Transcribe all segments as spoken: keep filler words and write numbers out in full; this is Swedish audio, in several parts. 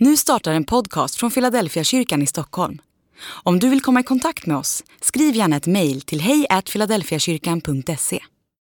Nu startar en podcast från Philadelphia kyrkan i Stockholm. Om du vill komma i kontakt med oss, skriv gärna ett mejl till hej at philadelphiakyrkan punkt se.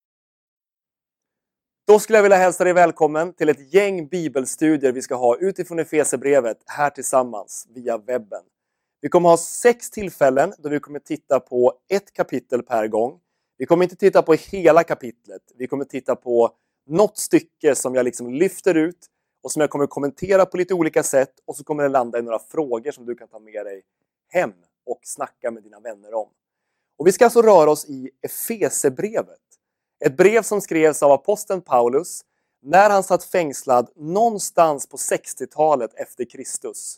Då skulle jag vilja hälsa dig välkommen till ett gäng bibelstudier vi ska ha utifrån Efesierbrevet här tillsammans via webben. Vi kommer ha sex tillfällen då vi kommer titta på ett kapitel per gång. Vi kommer inte titta på hela kapitlet. Vi kommer titta på något stycke som jag liksom lyfter ut och som jag kommer kommentera på lite olika sätt. Och så kommer det landa i några frågor som du kan ta med dig hem och snacka med dina vänner om. Och vi ska alltså röra oss i Efesierbrevet. Ett brev som skrevs av aposteln Paulus när han satt fängslad någonstans på sextiotalet efter Kristus.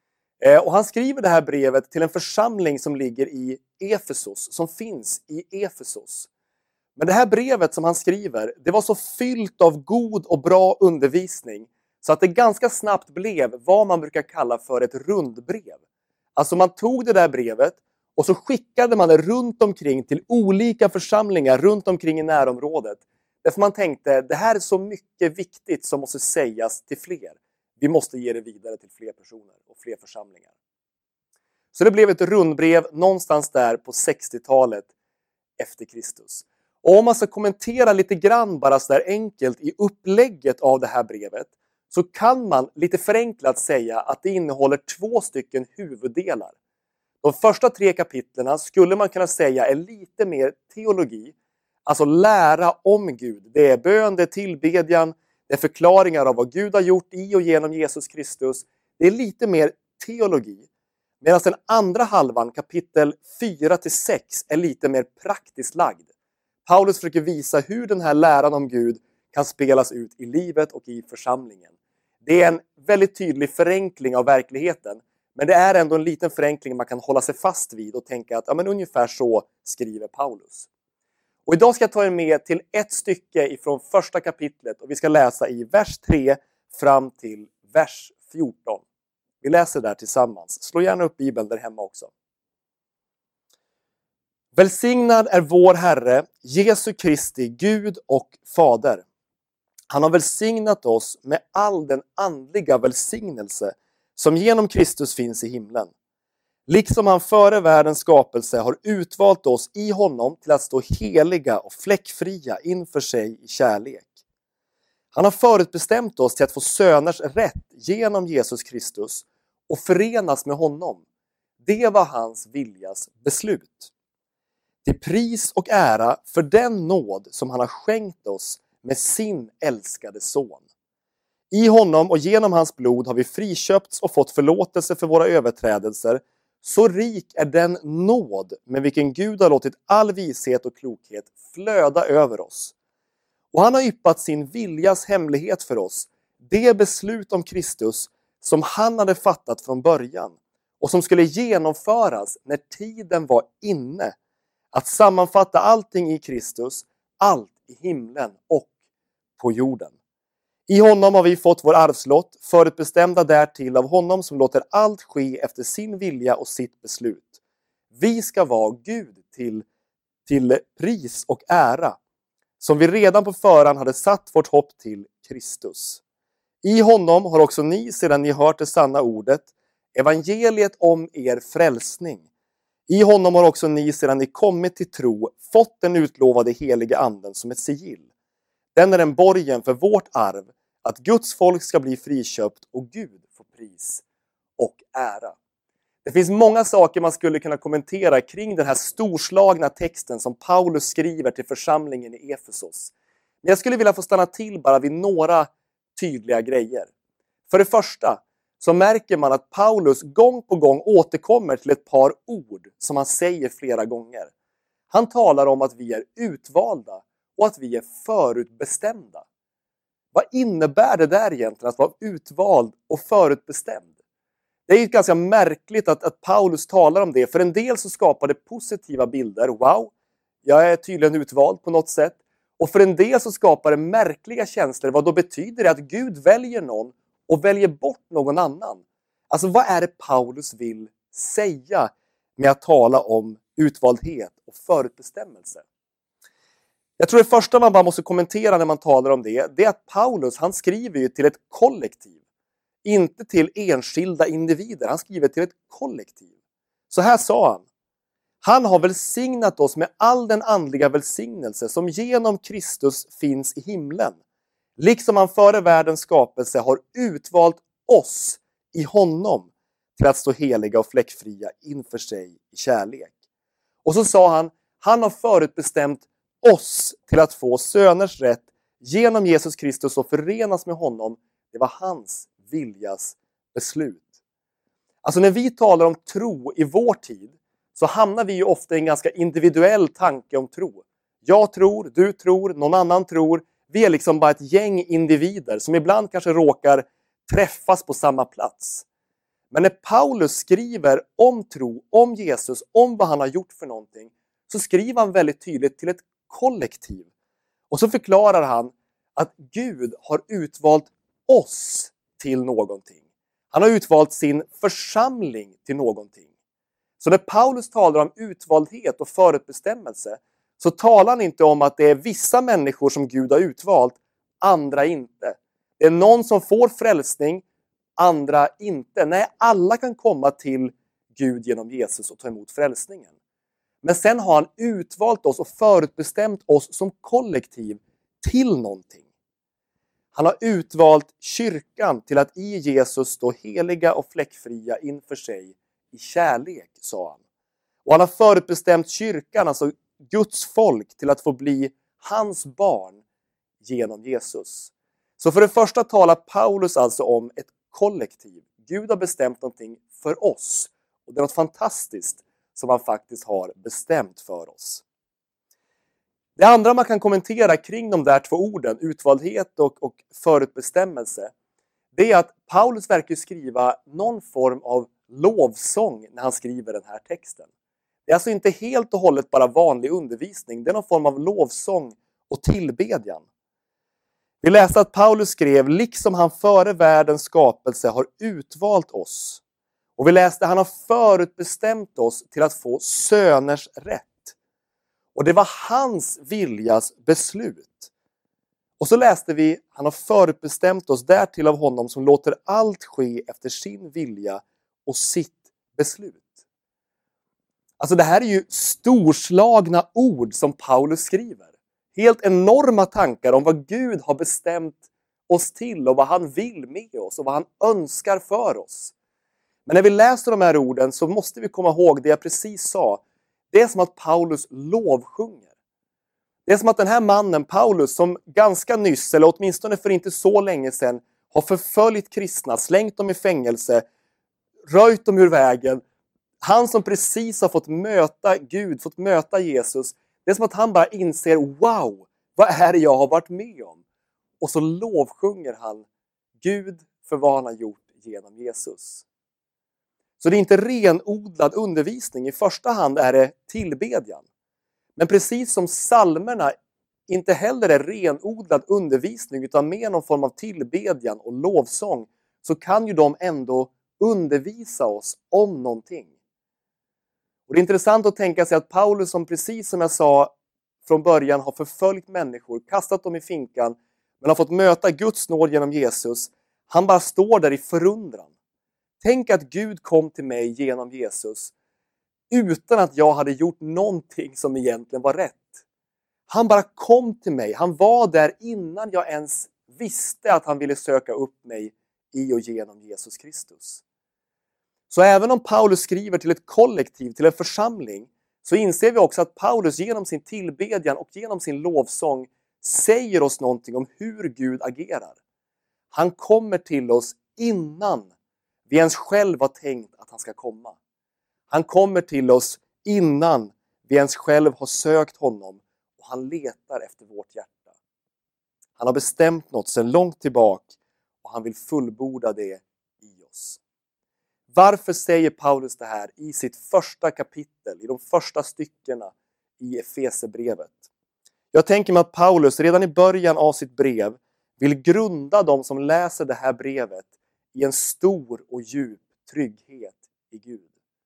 Och han skriver det här brevet till en församling som ligger i Efesos, som finns i Efesos. Men det här brevet som han skriver, det var så fyllt av god och bra undervisning så att det ganska snabbt blev vad man brukar kalla för ett rundbrev. Alltså man tog det där brevet och så skickade man det runt omkring till olika församlingar runt omkring i närområdet. Därför man tänkte, det här är så mycket viktigt som måste sägas till fler. Vi måste ge det vidare till fler personer och fler församlingar. Så det blev ett rundbrev någonstans där på sextiotalet efter Kristus. Och om man ska kommentera lite grann bara så där enkelt i upplägget av det här brevet, så kan man lite förenklat säga att det innehåller två stycken huvuddelar. De första tre kapitlerna skulle man kunna säga är lite mer teologi. Alltså lära om Gud. Det är bön, det är tillbedjan, det är förklaringar av vad Gud har gjort i och genom Jesus Kristus. Det är lite mer teologi. Medan den andra halvan, kapitel fyra till sex, är lite mer praktiskt lagd. Paulus försöker visa hur den här läran om Gud kan spelas ut i livet och i församlingen. Det är en väldigt tydlig förenkling av verkligheten. Men det är ändå en liten förenkling man kan hålla sig fast vid och tänka att ja, men ungefär så skriver Paulus. Och idag ska jag ta er med till ett stycke ifrån första kapitlet och vi ska läsa i vers tre fram till vers fjorton. Vi läser där tillsammans. Slå gärna upp Bibeln där hemma också. Välsignad är vår Herre, Jesu Kristi, Gud och Fader. Han har välsignat oss med all den andliga välsignelse som genom Kristus finns i himlen. Liksom han före världens skapelse har utvalt oss i honom till att stå heliga och fläckfria inför sig i kärlek. Han har förutbestämt oss till att få söners rätt genom Jesus Kristus och förenas med honom. Det var hans viljas beslut. Till pris och ära för den nåd som han har skänkt oss med sin älskade son. I honom och genom hans blod har vi friköpts och fått förlåtelse för våra överträdelser. Så rik är den nåd med vilken Gud har låtit all vishet och klokhet flöda över oss. Och han har yppat sin viljas hemlighet för oss. Det beslut om Kristus som han hade fattat från början och som skulle genomföras när tiden var inne. Att sammanfatta allting i Kristus, allt i himlen och på jorden. I honom har vi fått vår arvslott, förutbestämda därtill av honom som låter allt ske efter sin vilja och sitt beslut. Vi ska vara Gud till, till pris och ära, som vi redan på förhand hade satt vårt hopp till Kristus. I honom har också ni, sedan ni hört det sanna ordet, evangeliet om er frälsning. I honom har också ni, sedan ni kommit till tro, fått den utlovade heliga anden som ett sigill. Den är en borgen för vårt arv, att Guds folk ska bli friköpt och Gud får pris och ära. Det finns många saker man skulle kunna kommentera kring den här storslagna texten som Paulus skriver till församlingen i Efesos. Men jag skulle vilja få stanna till bara vid några tydliga grejer. För det första så märker man att Paulus gång på gång återkommer till ett par ord som han säger flera gånger. Han talar om att vi är utvalda och att vi är förutbestämda. Vad innebär det där egentligen att vara utvald och förutbestämd? Det är ju ganska märkligt att, att Paulus talar om det. För en del så skapar det positiva bilder. Wow, jag är tydligen utvald på något sätt. Och för en del så skapar det märkliga känslor. Vad då betyder det att Gud väljer någon och väljer bort någon annan? Alltså vad är det Paulus vill säga med att tala om utvaldhet och förutbestämmelse? Jag tror det första man bara måste kommentera när man talar om det, det är att Paulus, han skriver ju till ett kollektiv. inte till enskilda individer. Han skriver till ett kollektiv. Så här sa han. Han har välsignat oss med all den andliga välsignelse som genom Kristus finns i himlen. Liksom han före världens skapelse har utvalt oss i honom till att stå heliga och fläckfria inför sig i kärlek. Och så sa han, han har förutbestämt oss till att få söners rätt genom Jesus Kristus och förenas med honom. Det var hans viljas beslut. Alltså när vi talar om tro i vår tid så hamnar vi ju ofta i en ganska individuell tanke om tro. Jag tror, du tror, någon annan tror. Vi är liksom bara ett gäng individer som ibland kanske råkar träffas på samma plats. Men när Paulus skriver om tro, om Jesus, om vad han har gjort för någonting, så skriver han väldigt tydligt till ett kollektiv. Och så förklarar han att Gud har utvalt oss till någonting. Han har utvalt sin församling till någonting. Så när Paulus talar om utvaldhet och förutbestämmelse så talar han inte om att det är vissa människor som Gud har utvalt, andra inte. Det är någon som får frälsning, andra inte. Nej, alla kan komma till Gud genom Jesus och ta emot frälsningen. Men sen har han utvalt oss och förutbestämt oss som kollektiv till någonting. Han har utvalt kyrkan till att i Jesus stå heliga och fläckfria inför sig i kärlek, sa han. Och han har förutbestämt kyrkan, alltså Guds folk, till att få bli hans barn genom Jesus. Så för det första talar Paulus alltså om ett kollektiv. Gud har bestämt någonting för oss. Och det är något fantastiskt som han faktiskt har bestämt för oss. Det andra man kan kommentera kring de där två orden, utvaldhet och, och förutbestämmelse, det är att Paulus verkar skriva någon form av lovsång när han skriver den här texten. Det är alltså inte helt och hållet bara vanlig undervisning, det är någon form av lovsång och tillbedjan. Vi läste att Paulus skrev, liksom han före världens skapelse har utvalt oss. Och vi läste att han har förutbestämt oss till att få söners rätt. Och det var hans viljas beslut. Och så läste vi, han har förutbestämt oss därtill av honom som låter allt ske efter sin vilja och sitt beslut. Alltså det här är ju storslagna ord som Paulus skriver. Helt enorma tankar om vad Gud har bestämt oss till och vad han vill med oss och vad han önskar för oss. Men när vi läser de här orden så måste vi komma ihåg det jag precis sa. Det är som att Paulus lovsjunger. Det är som att den här mannen, Paulus, som ganska nyss, eller åtminstone för inte så länge sedan, har förföljt kristna, slängt dem i fängelse, röjt dem ur vägen. Han som precis har fått möta Gud, fått möta Jesus. Det är som att han bara inser, wow, vad är det jag har varit med om? Och så lovsjunger han Gud för vad han har gjort genom Jesus. Så det är inte renodlad undervisning. I första hand är det tillbedjan. Men precis som psalmerna inte heller är renodlad undervisning utan mer någon form av tillbedjan och lovsång, så kan ju de ändå undervisa oss om någonting. Och det är intressant att tänka sig att Paulus, som precis som jag sa från början har förföljt människor, kastat dem i finkan, men har fått möta Guds nåd genom Jesus, han bara står där i förundran. Tänk att Gud kom till mig genom Jesus utan att jag hade gjort någonting som egentligen var rätt. Han bara kom till mig. Han var där innan jag ens visste att han ville söka upp mig i och genom Jesus Kristus. Så även om Paulus skriver till ett kollektiv, till en församling, så inser vi också att Paulus genom sin tillbedjan och genom sin lovsång säger oss någonting om hur Gud agerar. Han kommer till oss innan vi ens själv har tänkt att han ska komma. Han kommer till oss innan vi ens själv har sökt honom och han letar efter vårt hjärta. Han har bestämt något sedan långt tillbaka och han vill fullborda det i oss. Varför säger Paulus det här i sitt första kapitel, i de första styckena i Efesierbrevet? Jag tänker mig att Paulus redan i början av sitt brev vill grunda de som läser det här brevet i en stor och djup trygghet i Gud.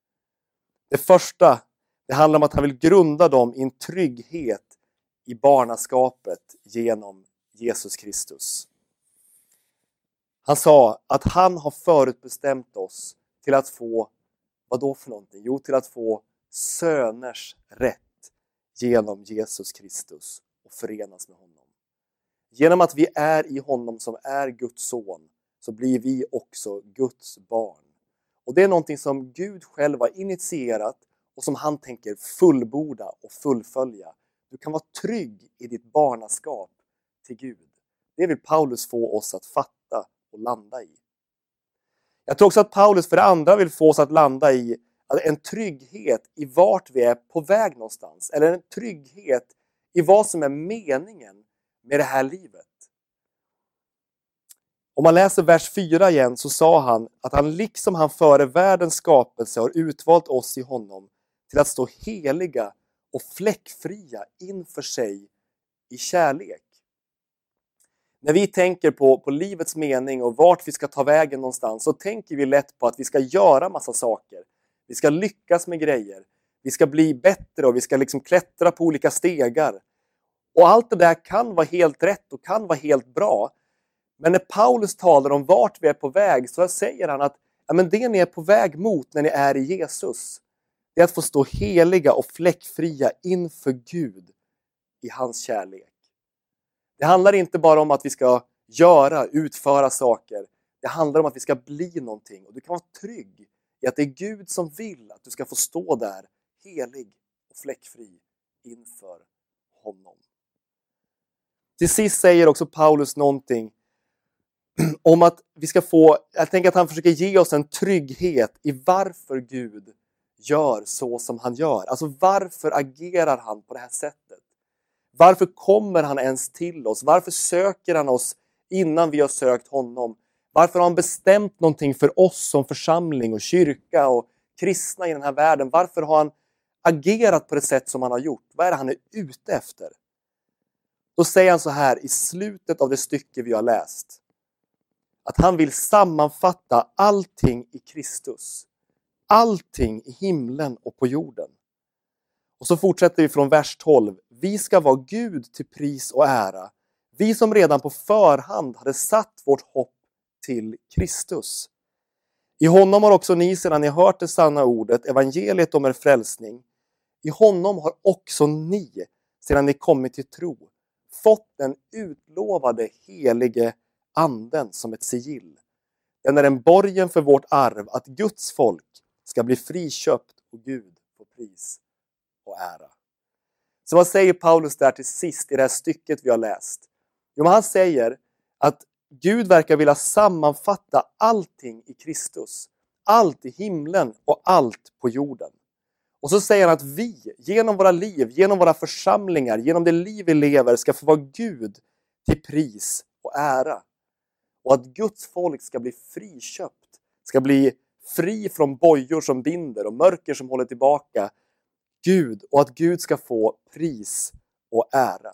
Det första, det handlar om att han vill grunda dem i en trygghet i barnaskapet genom Jesus Kristus. Han sa att han har förutbestämt oss till att få, vad då för någonting? Jo, till att få söners rätt genom Jesus Kristus och förenas med honom. Genom att vi är i honom som är Guds son så blir vi också Guds barn. Och det är någonting som Gud själv har initierat och som han tänker fullborda och fullfölja. Du kan vara trygg i ditt barnaskap till Gud. Det vill Paulus få oss att fatta och landa i. Jag tror också att Paulus för det andra vill få oss att landa i en trygghet i vart vi är på väg någonstans. Eller en trygghet i vad som är meningen med det här livet. Om man läser vers fyra igen så sa han att han liksom han före världens skapelse har utvalt oss i honom till att stå heliga och fläckfria inför sig i kärlek. När vi tänker på, på livets mening och vart vi ska ta vägen någonstans så tänker vi lätt på att vi ska göra massa saker. Vi ska lyckas med grejer. Vi ska bli bättre och vi ska liksom klättra på olika stegar. Och allt det där kan vara helt rätt och kan vara helt bra. Men när Paulus talar om vart vi är på väg så säger han att ja, men det ni är på väg mot när ni är i Jesus, det är att få stå heliga och fläckfria inför Gud i hans kärlek. Det handlar inte bara om att vi ska göra, utföra saker. Det handlar om att vi ska bli någonting. Och du kan vara trygg i att det är Gud som vill att du ska få stå där helig och fläckfri inför honom. Till sist säger också Paulus någonting om att vi ska få, jag tänker att han försöker ge oss en trygghet i varför Gud gör så som han gör. Alltså varför agerar han på det här sättet? Varför kommer han ens till oss? Varför söker han oss innan vi har sökt honom? Varför har han bestämt någonting för oss som församling och kyrka och kristna i den här världen? Varför har han agerat på det sätt som han har gjort? Vad är det han är ute efter? Då säger han så här i slutet av det stycke vi har läst. Att han vill sammanfatta allting i Kristus. Allting i himlen och på jorden. Och så fortsätter vi från vers tolv. Vi ska vara Gud till pris och ära. Vi som redan på förhand hade satt vårt hopp till Kristus. I honom har också ni sedan ni hört det sanna ordet, evangeliet om er frälsning. I honom har också ni sedan ni kommit till tro fått den utlovade helige anden som ett sigill. Den är en borgen för vårt arv att Guds folk ska bli friköpt och Gud få pris och ära. Så vad säger Paulus där till sist i det här stycket vi har läst? Jo, men han säger att Gud verkar vilja sammanfatta allting i Kristus. Allt i himlen och allt på jorden. Och så säger han att vi, genom våra liv, genom våra församlingar, genom det liv vi lever, ska få vara Gud till pris och ära. Och att Guds folk ska bli friköpt, ska bli fri från bojor som binder och mörker som håller tillbaka Gud. Och att Gud ska få pris och ära.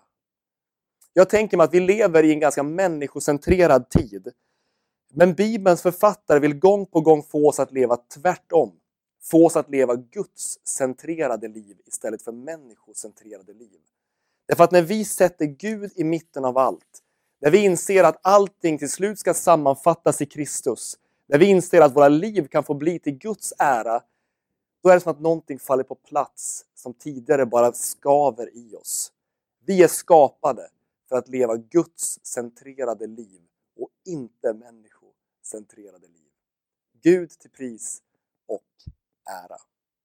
Jag tänker mig att vi lever i en ganska människocentrerad tid. Men Bibelns författare vill gång på gång få oss att leva tvärtom. Få oss att leva Guds centrerade liv istället för människocentrerade liv. Därför att när vi sätter Gud i mitten av allt, när vi inser att allting till slut ska sammanfattas i Kristus, när vi inser att våra liv kan få bli till Guds ära, då är det som att någonting faller på plats som tidigare bara skaver i oss. Vi är skapade för att leva Guds centrerade liv och inte människocentrerade liv. Gud till pris och ära.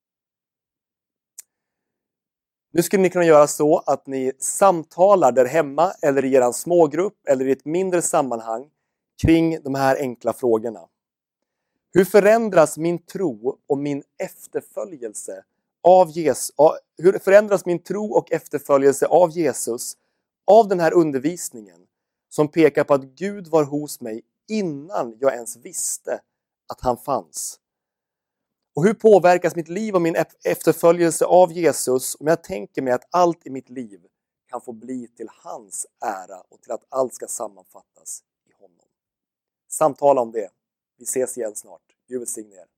Nu skulle ni kunna göra så att ni samtalar där hemma eller i er smågrupp eller i ett mindre sammanhang kring de här enkla frågorna. Hur förändras min tro och min efterföljelse av Jesus? Hur förändras min tro och efterföljelse av Jesus av den här undervisningen som pekar på att Gud var hos mig innan jag ens visste att han fanns? Och hur påverkas mitt liv och min efterföljelse av Jesus om jag tänker mig att allt i mitt liv kan få bli till hans ära och till att allt ska sammanfattas i honom? Samtala om det. Vi ses igen snart. Gud välsigne er.